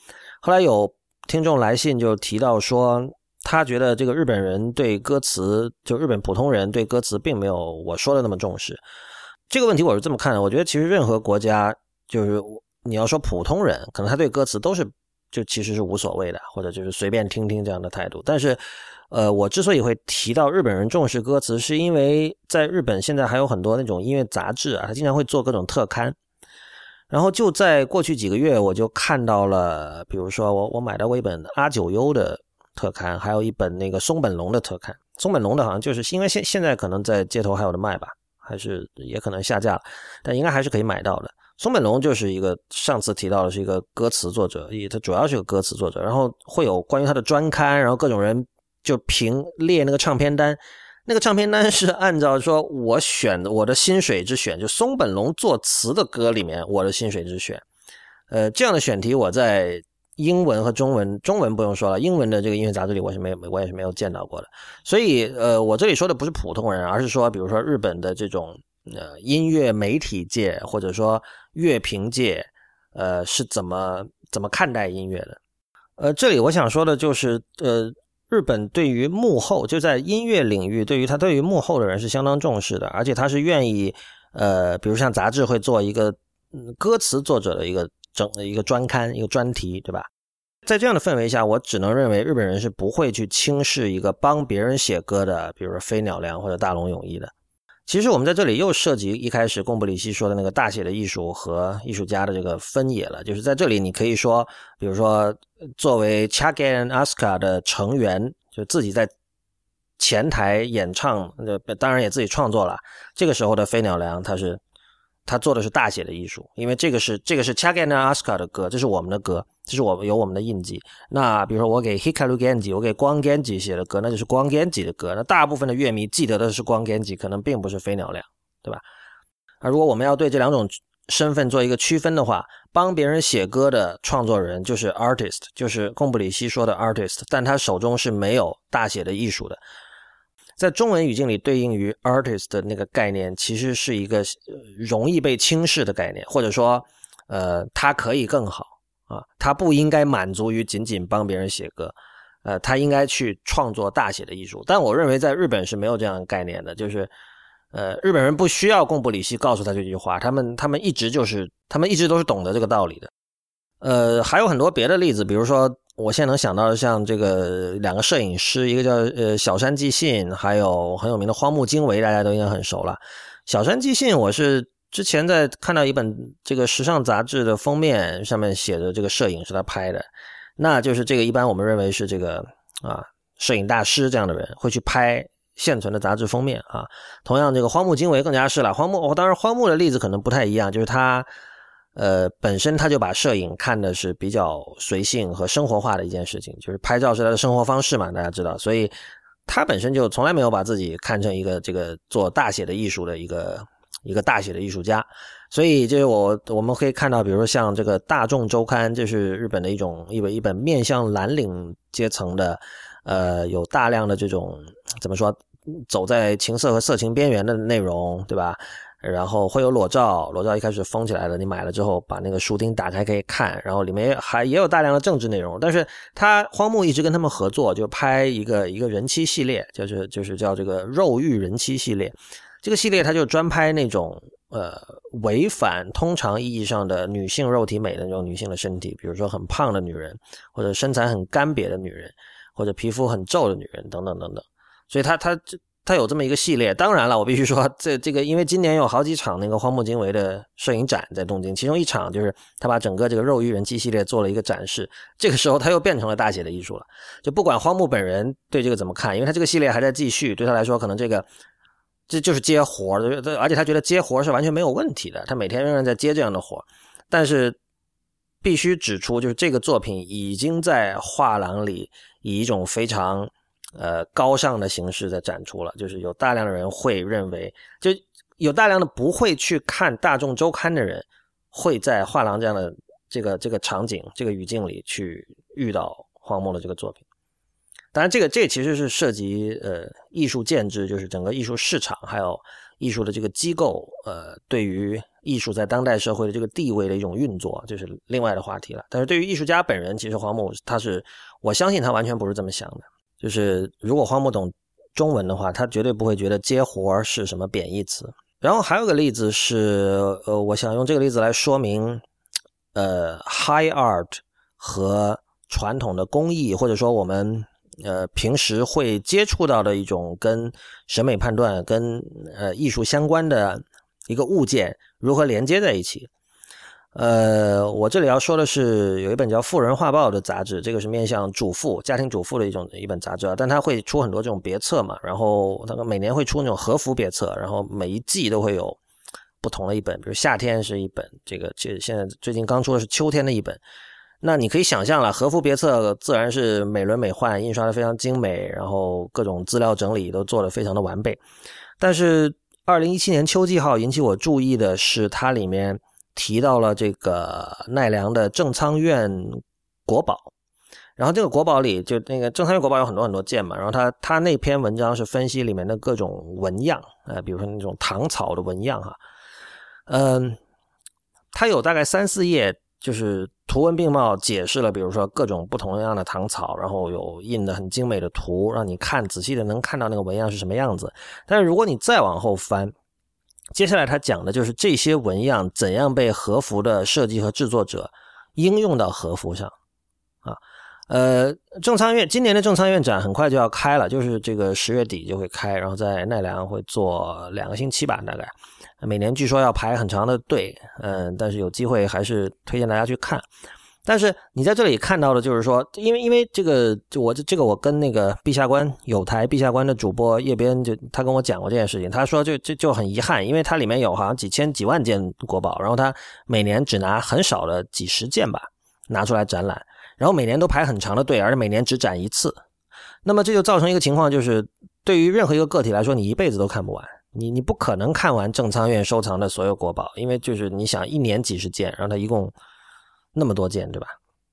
后来有听众来信就提到说，他觉得这个日本人对歌词，就日本普通人对歌词并没有我说的那么重视。这个问题我是这么看的，我觉得其实任何国家，就是你要说普通人，可能他对歌词都是就其实是无所谓的，或者就是随便听听这样的态度。但是呃，我之所以会提到日本人重视歌词，是因为在日本现在还有很多那种音乐杂志啊，他经常会做各种特刊。然后就在过去几个月，我就看到了，比如说我我买到过一本阿九优的特刊，还有一本那个松本龙的特刊。松本龙的好像就是因为现现在可能在街头还有的卖吧，还是也可能下架了，但应该还是可以买到的。松本龙就是一个上次提到的是一个歌词作者，他主要是个歌词作者，然后会有关于他的专刊，然后各种人就评列那个唱片单。那个唱片单是按照说我选我的薪水之选，就松本龙作词的歌里面我的薪水之选。呃，这样的选题我在英文和中文，中文不用说了，英文的这个音乐杂志里我是没有，我也是没有见到过的。所以呃，我这里说的不是普通人，而是说比如说日本的这种呃音乐媒体界或者说乐评界呃是怎么怎么看待音乐的。呃，这里我想说的就是呃。日本对于幕后，就在音乐领域，对于他对于幕后的人是相当重视的，而且他是愿意，呃，比如像杂志会做一个、嗯、歌词作者的一个整一个专刊、一个专题，对吧？在这样的氛围下，我只能认为日本人是不会去轻视一个帮别人写歌的，比如说飞鸟良或者大龙泳衣的。其实我们在这里又涉及一开始贡布里希说的那个大写的艺术和艺术家的这个分野了，就是在这里你可以说，比如说作为 Chagan Asuka 的成员，就自己在前台演唱，当然也自己创作了。这个时候的飞鸟良，他是他做的是大写的艺术，因为这个是这个是 Chagan Asuka 的歌，这是我们的歌，这是我们有我们的印记。那比如说我给 Hikaru Genji， 我给光 Genji 写的歌，那就是光 Genji 的歌。那大部分的乐迷记得的是光 Genji， 可能并不是飞鸟良，对吧？而如果我们要对这两种身份做一个区分的话，帮别人写歌的创作人就是 artist， 就是贡布里希说的 artist， 但他手中是没有大写的艺术的。在中文语境里对应于 artist 的那个概念，其实是一个容易被轻视的概念，或者说呃，他可以更好啊，他不应该满足于仅仅帮别人写歌，呃，他应该去创作大写的艺术。但我认为在日本是没有这样的概念的，就是呃，日本人不需要贡布里希告诉他这句话，他们他们一直就是他们一直都是懂得这个道理的。呃，还有很多别的例子，比如说我现在能想到的像这个两个摄影师，一个叫呃小山纪信，还有很有名的荒木经惟，大家都应该很熟了。小山纪信我是之前在看到一本这个时尚杂志的封面，上面写的这个摄影是他拍的，那就是这个一般我们认为是这个啊摄影大师这样的人会去拍现存的杂志封面啊。同样这个荒木经惟更加是了，荒木哦，当然荒木的例子可能不太一样，就是他呃，本身他就把摄影看的是比较随性和生活化的一件事情，就是拍照是他的生活方式嘛，大家知道，所以他本身就从来没有把自己看成一个这个做大写的艺术的一个一个大写的艺术家。所以就是我我们可以看到，比如说像这个大众周刊，这是日本的一种一本一本面向蓝领阶层的，呃，有大量的这种怎么说，走在情色和色情边缘的内容，对吧？然后会有裸照，裸照一开始封起来了，你买了之后把那个书钉打开可以看，然后里面还也有大量的政治内容。但是他荒木一直跟他们合作，就拍一个一个人妻系列，就是就是叫这个肉欲人妻系列。这个系列他就专拍那种呃违反通常意义上的女性肉体美的那种女性的身体，比如说很胖的女人，或者身材很干瘪的女人，或者皮肤很皱的女人等等等等。所以他他他有这么一个系列。当然了，我必须说这这个因为今年有好几场那个荒木经惟的摄影展在东京，其中一场就是他把整个这个肉欲人妻系列做了一个展示，这个时候他又变成了大写的艺术了。就不管荒木本人对这个怎么看，因为他这个系列还在继续，对他来说可能这个这就是接活，而且他觉得接活是完全没有问题的，他每天仍然在接这样的活。但是必须指出，就是这个作品已经在画廊里以一种非常呃高尚的形式在展出了，就是有大量的人会认为，就有大量的不会去看大众周刊的人会在画廊这样的这个这个场景这个语境里去遇到荒木的这个作品。当然这个这其实是涉及呃艺术建制，就是整个艺术市场还有艺术的这个机构呃对于艺术在当代社会的这个地位的一种运作，就是另外的话题了。但是对于艺术家本人，其实黄母他是，我相信他完全不是这么想的。就是如果黄母懂中文的话，他绝对不会觉得接活是什么贬义词。然后还有个例子是，呃，我想用这个例子来说明，呃 ，high art 和传统的工艺，或者说我们呃平时会接触到的一种跟审美判断、跟呃艺术相关的一个物件如何连接在一起。呃，我这里要说的是，有一本叫《妇人画报》的杂志，这个是面向主妇、家庭主妇的一种一本杂志啊，但它会出很多这种别册嘛，然后它每年会出那种和服别册，然后每一季都会有不同的一本，比如夏天是一本，这个这现在最近刚出的是秋天的一本。那你可以想象了，和服别册自然是美轮美奂，印刷的非常精美，然后各种资料整理都做得非常的完备。但是二零一七年秋季号引起我注意的是，它里面提到了这个奈良的正仓院国宝，然后这个国宝里就那个正仓院国宝有很多很多件嘛，然后他他那篇文章是分析里面的各种纹样，呃，比如说那种唐草的纹样哈，嗯，它有大概三四页，就是图文并茂解释了，比如说各种不同样的唐草，然后有印的很精美的图，让你看仔细的能看到那个纹样是什么样子。但是如果你再往后翻，接下来他讲的就是这些纹样怎样被和服的设计和制作者应用到和服上啊。呃，正仓院今年的正仓院展很快就要开了，就是这个十月底就会开，然后在奈良会做两个星期吧，大概每年据说要排很长的队，嗯，但是有机会还是推荐大家去看。但是你在这里看到的就是说，因为因为这个就我这个我跟那个陛下观有台陛下观的主播叶边就他跟我讲过这件事情，他说就就就很遗憾，因为它里面有好像几千几万件国宝，然后他每年只拿很少的几十件吧拿出来展览，然后每年都排很长的队，而且每年只展一次。那么这就造成一个情况，就是对于任何一个个体来说，你一辈子都看不完，你你不可能看完正仓院收藏的所有国宝，因为就是你想一年几十件，然后它一共那么多件，对吧？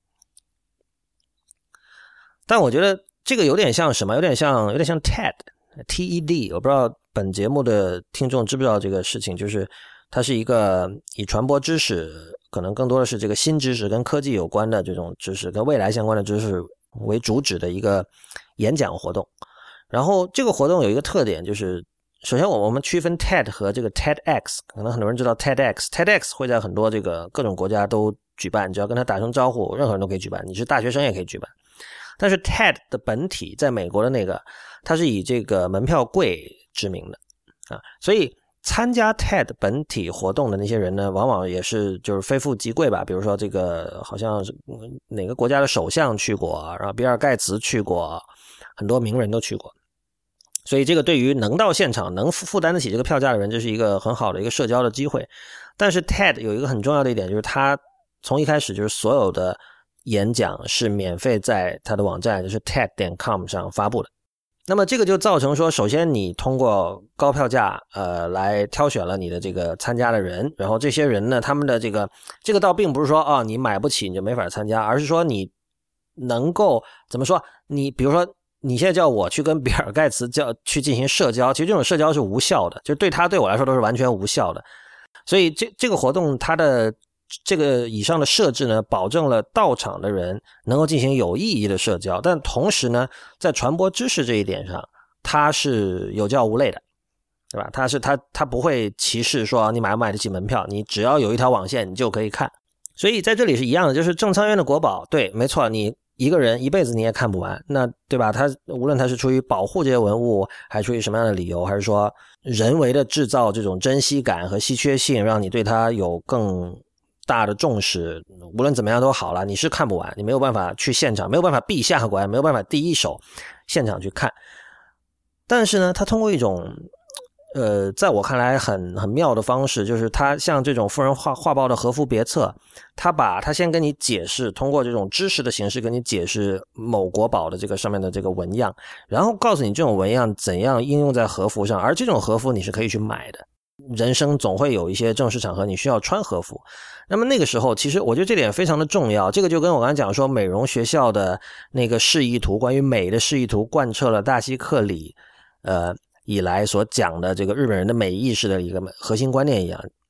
但我觉得这个有点像什么？有点像有点像 T E D T E D， 我不知道本节目的听众知不知道这个事情，就是它是一个以传播知识，可能更多的是这个新知识跟科技有关的这种知识，跟未来相关的知识为主旨的一个演讲活动。然后这个活动有一个特点，就是首先我们区分 T E D 和这个 TEDx， 可能很多人知道 TEDx，TEDx 会在很多这个各种国家都举办，只要跟他打声招呼，任何人都可以举办，你是大学生也可以举办。但是 T E D 的本体在美国的那个，它是以这个门票贵知名的啊，所以参加 T E D 本体活动的那些人呢，往往也是就是非富即贵吧。比如说这个好像是哪个国家的首相去过，然后比尔盖茨去过，很多名人都去过。所以这个对于能到现场能负担得起这个票价的人，这是一个很好的一个社交的机会。但是 T E D 有一个很重要的一点，就是它从一开始就是所有的演讲是免费在它的网站，就是 T E D 点 com 上发布的。那么这个就造成说，首先你通过高票价呃来挑选了你的这个参加的人，然后这些人呢，他们的这个这个倒并不是说啊、哦、你买不起你就没法参加，而是说你能够怎么说，你比如说你现在叫我去跟比尔盖茨叫去进行社交，其实这种社交是无效的，就对他对我来说都是完全无效的。所以这这个活动它的这个以上的设置呢，保证了到场的人能够进行有意义的社交，但同时呢，在传播知识这一点上，它是有教无类的，对吧？它是它它不会歧视说你买不买得起门票，你只要有一条网线你就可以看。所以在这里是一样的，就是正仓院的国宝，对，没错，你一个人一辈子你也看不完，那对吧？他无论他是出于保护这些文物，还是出于什么样的理由，还是说人为的制造这种珍稀感和稀缺性，让你对它有更大的重视，无论怎么样都好了，你是看不完，你没有办法去现场，没有办法避下关，没有办法第一手现场去看。但是呢，他通过一种呃，在我看来很很妙的方式，就是他像这种妇人画画报的和服别册，他把他先跟你解释，通过这种知识的形式跟你解释某国宝的这个上面的这个纹样，然后告诉你这种纹样怎样应用在和服上，而这种和服你是可以去买的。人生总会有一些正式场合你需要穿和服，那么那个时候其实我觉得这点非常的重要，这个就跟我刚才讲说美容学校的那个示意图，关于美的示意图贯彻了大西克里呃以来所讲的这个日本人的美意识的一个核心观念一样。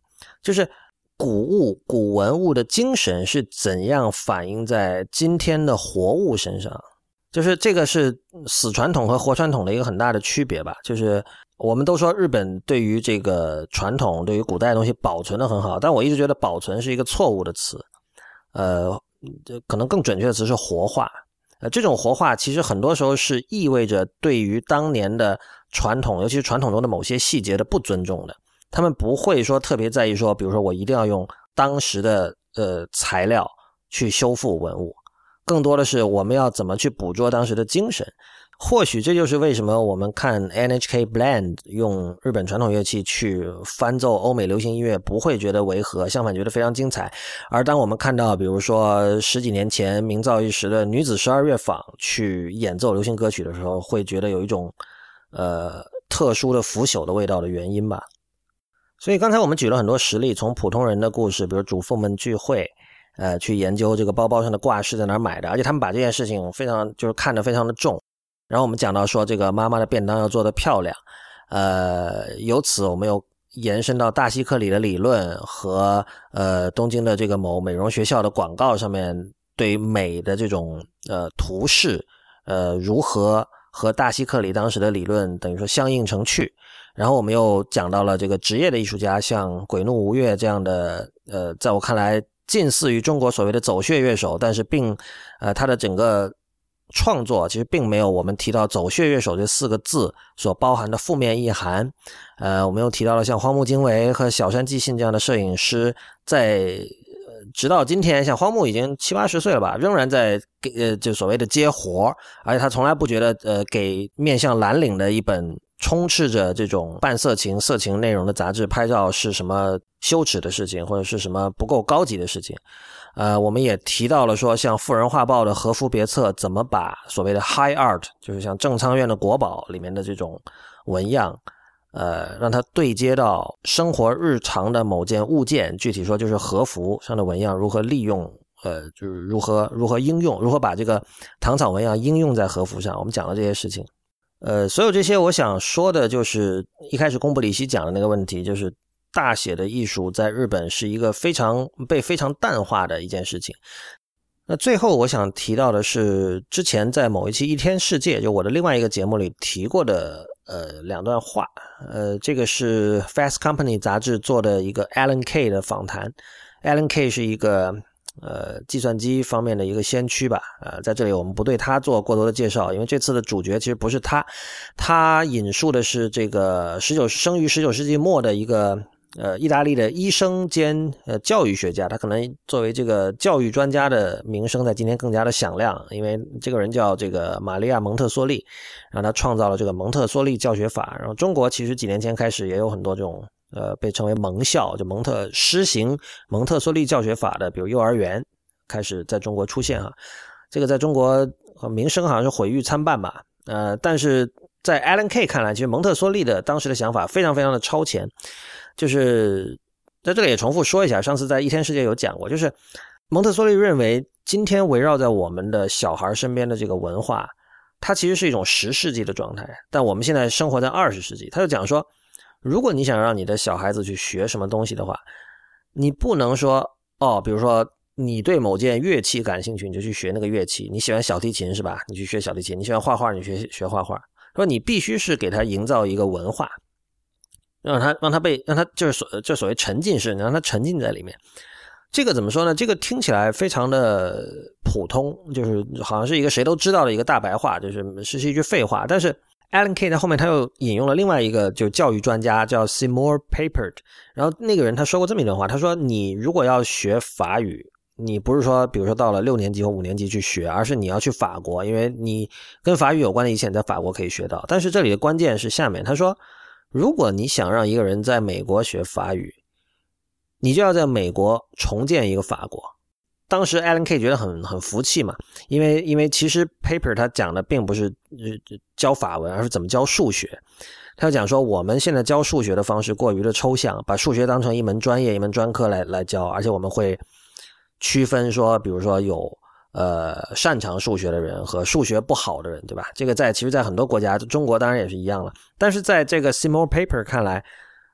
就是古物古文物的精神是怎样反映在今天的活物身上，就是这个是死传统和活传统的一个很大的区别吧。就是我们都说日本对于这个传统对于古代的东西保存的很好，但我一直觉得保存是一个错误的词，呃，可能更准确的词是活化。呃，这种活化其实很多时候是意味着对于当年的传统，尤其是传统中的某些细节的不尊重的。他们不会说特别在意说，比如说我一定要用当时的呃材料去修复文物，更多的是我们要怎么去捕捉当时的精神。或许这就是为什么我们看 N H K Blend 用日本传统乐器去翻奏欧美流行音乐不会觉得违和，相反觉得非常精彩。而当我们看到比如说十几年前名噪一时的女子十二乐坊去演奏流行歌曲的时候，会觉得有一种呃特殊的腐朽的味道的原因吧。所以刚才我们举了很多实例，从普通人的故事，比如主妇们聚会，呃，去研究这个包包上的挂饰在哪儿买的，而且他们把这件事情非常就是看得非常的重。然后我们讲到说这个妈妈的便当要做得漂亮，呃，由此我们又延伸到大希克里的理论和呃东京的这个某美容学校的广告上面对美的这种呃图示，呃如何和大希克里当时的理论等于说相映成趣。然后我们又讲到了这个职业的艺术家，像鬼怒吴越这样的，呃，在我看来近似于中国所谓的走穴乐手，但是并呃他的整个创作其实并没有我们提到走穴乐手这四个字所包含的负面意涵。呃，我们又提到了像荒木经惟和小山纪信这样的摄影师，在直到今天，像荒木已经七八十岁了吧，仍然在给呃就所谓的接活，而且他从来不觉得呃给面向蓝领的一本充斥着这种半色情色情内容的杂志拍照是什么羞耻的事情，或者是什么不够高级的事情。呃，我们也提到了说像富人画报的和服别册怎么把所谓的 high art， 就是像正仓院的国宝里面的这种纹样，呃，让它对接到生活日常的某件物件，具体说就是和服上的纹样如何利用，呃，就是如何如何应用，如何把这个唐草纹样应用在和服上，我们讲了这些事情。呃，所有这些我想说的就是一开始宫布里希讲的那个问题，就是大写的艺术在日本是一个非常被非常淡化的一件事情。那最后我想提到的是之前在某一期一天世界，就我的另外一个节目里提过的呃两段话。呃，这个是 Fast Company 杂志做的一个 Alan Kay 的访谈。Alan Kay 是一个呃，计算机方面的一个先驱吧，呃，在这里我们不对他做过多的介绍，因为这次的主角其实不是他，他引述的是这个十九生于十九世纪末的一个呃意大利的医生兼呃教育学家，他可能作为这个教育专家的名声在今天更加的响亮，因为这个人叫这个玛利亚蒙特梭利，然后他创造了这个蒙特梭利教学法，然后中国其实几年前开始也有很多这种。呃，被称为蒙校，就蒙特施行蒙特梭利教学法的，比如幼儿园开始在中国出现哈。这个在中国名声好像是毁誉参半吧。呃，但是在 Alan Kay 看来，其实蒙特梭利的当时的想法非常非常的超前。就是在这里也重复说一下，上次在一天世界有讲过，就是蒙特梭利认为今天围绕在我们的小孩身边的这个文化，它其实是一种十世纪的状态，但我们现在生活在二十世纪。他就讲说，如果你想让你的小孩子去学什么东西的话，你不能说哦，比如说你对某件乐器感兴趣，你就去学那个乐器。你喜欢小提琴是吧？你去学小提琴。你喜欢画画，你学学画画。说你必须是给他营造一个文化，让他让他被让他就是所就所谓沉浸式，让他沉浸在里面。这个怎么说呢？这个听起来非常的普通，就是好像是一个谁都知道的一个大白话，就是是是一句废话，但是。Alan Kay 在后面他又引用了另外一个就教育专家叫 Seymour Papert， 然后那个人他说过这么一段话，他说你如果要学法语，你不是说比如说到了六年级或五年级去学，而是你要去法国，因为你跟法语有关的一切你在法国可以学到。但是这里的关键是下面他说，如果你想让一个人在美国学法语，你就要在美国重建一个法国。当时 Alan Kay 觉得很很服气嘛，因为因为其实 Paper 他讲的并不是教法文，而是怎么教数学。他讲说我们现在教数学的方式过于的抽象，把数学当成一门专业一门专科来来教，而且我们会区分说，比如说有呃擅长数学的人和数学不好的人，对吧？这个在其实在很多国家，中国当然也是一样了。但是在这个 Seymour Papert 看来，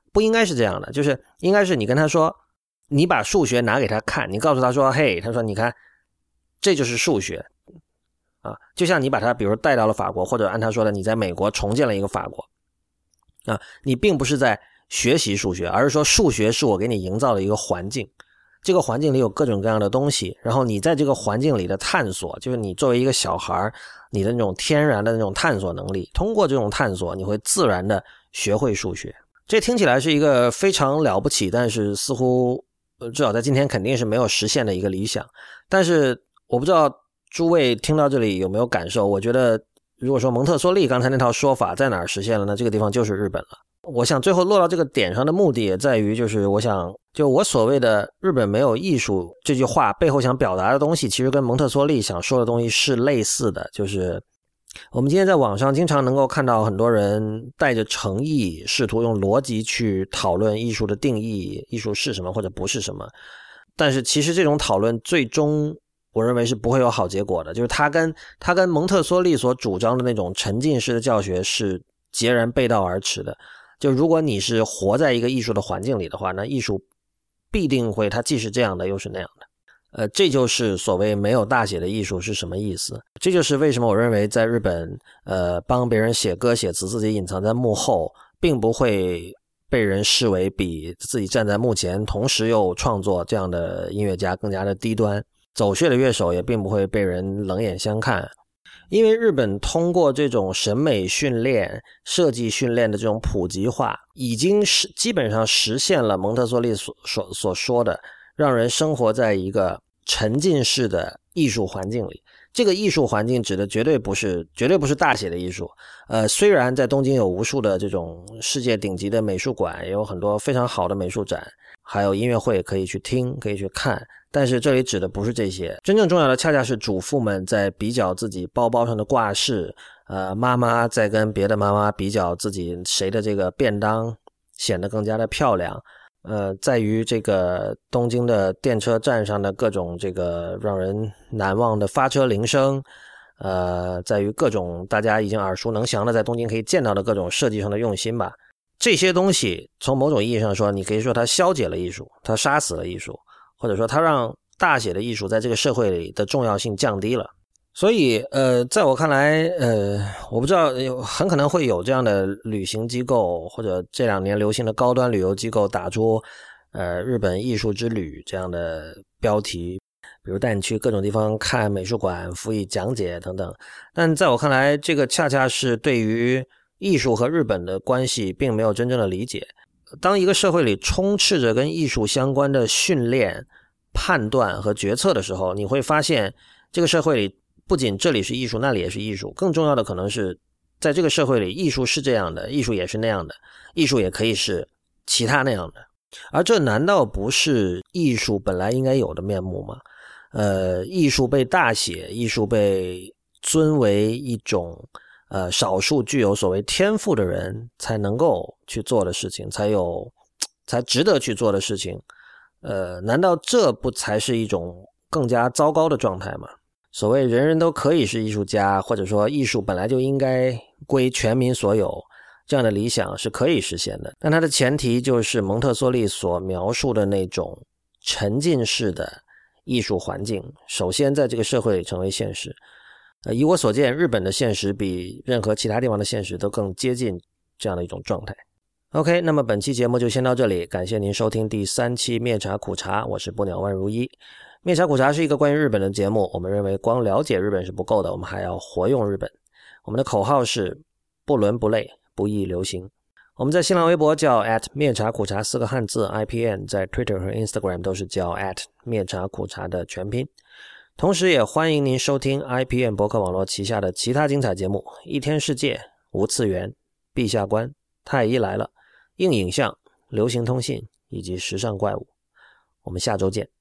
不应该是这样的，就是应该是你跟他说，你把数学拿给他看，你告诉他说，嘿，他说你看，这就是数学啊，就像你把他比如带到了法国，或者按他说的，你在美国重建了一个法国啊，你并不是在学习数学，而是说数学是我给你营造的一个环境，这个环境里有各种各样的东西，然后你在这个环境里的探索，就是你作为一个小孩，你的那种天然的那种探索能力，通过这种探索，你会自然的学会数学。这听起来是一个非常了不起，但是似乎至少在今天肯定是没有实现的一个理想。但是我不知道诸位听到这里有没有感受，我觉得如果说蒙特梭利刚才那套说法在哪儿实现了呢？这个地方就是日本了。我想最后落到这个点上的目的也在于，就是我想就我所谓的日本没有艺术这句话背后想表达的东西，其实跟蒙特梭利想说的东西是类似的。就是我们今天在网上经常能够看到很多人带着诚意试图用逻辑去讨论艺术的定义，艺术是什么或者不是什么，但是其实这种讨论最终我认为是不会有好结果的。就是他跟他跟蒙特梭利所主张的那种沉浸式的教学是截然背道而驰的。就如果你是活在一个艺术的环境里的话，那艺术必定会它既是这样的又是那样的。呃，这就是所谓没有大写的艺术是什么意思。这就是为什么我认为在日本呃，帮别人写歌写词自己隐藏在幕后，并不会被人视为比自己站在幕前同时又创作这样的音乐家更加的低端，走穴的乐手也并不会被人冷眼相看。因为日本通过这种审美训练、设计训练的这种普及化，已经是基本上实现了蒙特梭利所所所说的，让人生活在一个沉浸式的艺术环境里。这个艺术环境指的绝对不是绝对不是大写的艺术。呃，虽然在东京有无数的这种世界顶级的美术馆，也有很多非常好的美术展，还有音乐会可以去听，可以去看。但是这里指的不是这些，真正重要的恰恰是主妇们在比较自己包包上的挂饰，呃，妈妈在跟别的妈妈比较自己谁的这个便当显得更加的漂亮，呃，在于这个东京的电车站上的各种这个让人难忘的发车铃声，呃，在于各种大家已经耳熟能详的在东京可以见到的各种设计上的用心吧。这些东西从某种意义上说，你可以说它消解了艺术，它杀死了艺术，或者说它让大写的艺术在这个社会里的重要性降低了。所以呃，在我看来呃，我不知道很可能会有这样的旅行机构，或者这两年流行的高端旅游机构打出呃日本艺术之旅这样的标题，比如带你去各种地方看美术馆，辅以讲解等等。但在我看来，这个恰恰是对于艺术和日本的关系并没有真正的理解。当一个社会里充斥着跟艺术相关的训练、判断和决策的时候，你会发现这个社会里不仅这里是艺术，那里也是艺术，更重要的可能是在这个社会里，艺术是这样的，艺术也是那样的，艺术也可以是其他那样的。而这难道不是艺术本来应该有的面目吗？呃，艺术被大写，艺术被尊为一种呃，少数具有所谓天赋的人才能够去做的事情，才有才值得去做的事情，呃，难道这不才是一种更加糟糕的状态吗？所谓人人都可以是艺术家，或者说艺术本来就应该归全民所有，这样的理想是可以实现的，但它的前提就是蒙特梭利所描述的那种沉浸式的艺术环境首先在这个社会里成为现实。呃，以我所见，日本的现实比任何其他地方的现实都更接近这样的一种状态。OK， 那么本期节目就先到这里，感谢您收听第三期灭茶苦茶，我是不鸟万如一。灭茶苦茶是一个关于日本的节目，我们认为光了解日本是不够的，我们还要活用日本。我们的口号是不伦不类，不易流行。我们在新浪微博叫 at 灭茶苦茶四个汉字 I P N， 在 Twitter 和 Instagram 都是叫 at 灭茶苦茶的全拼。同时也欢迎您收听 I P N 博客网络旗下的其他精彩节目，一天世界、无次元、陛下观、太医来了、硬影像、流行通信以及时尚怪物。我们下周见。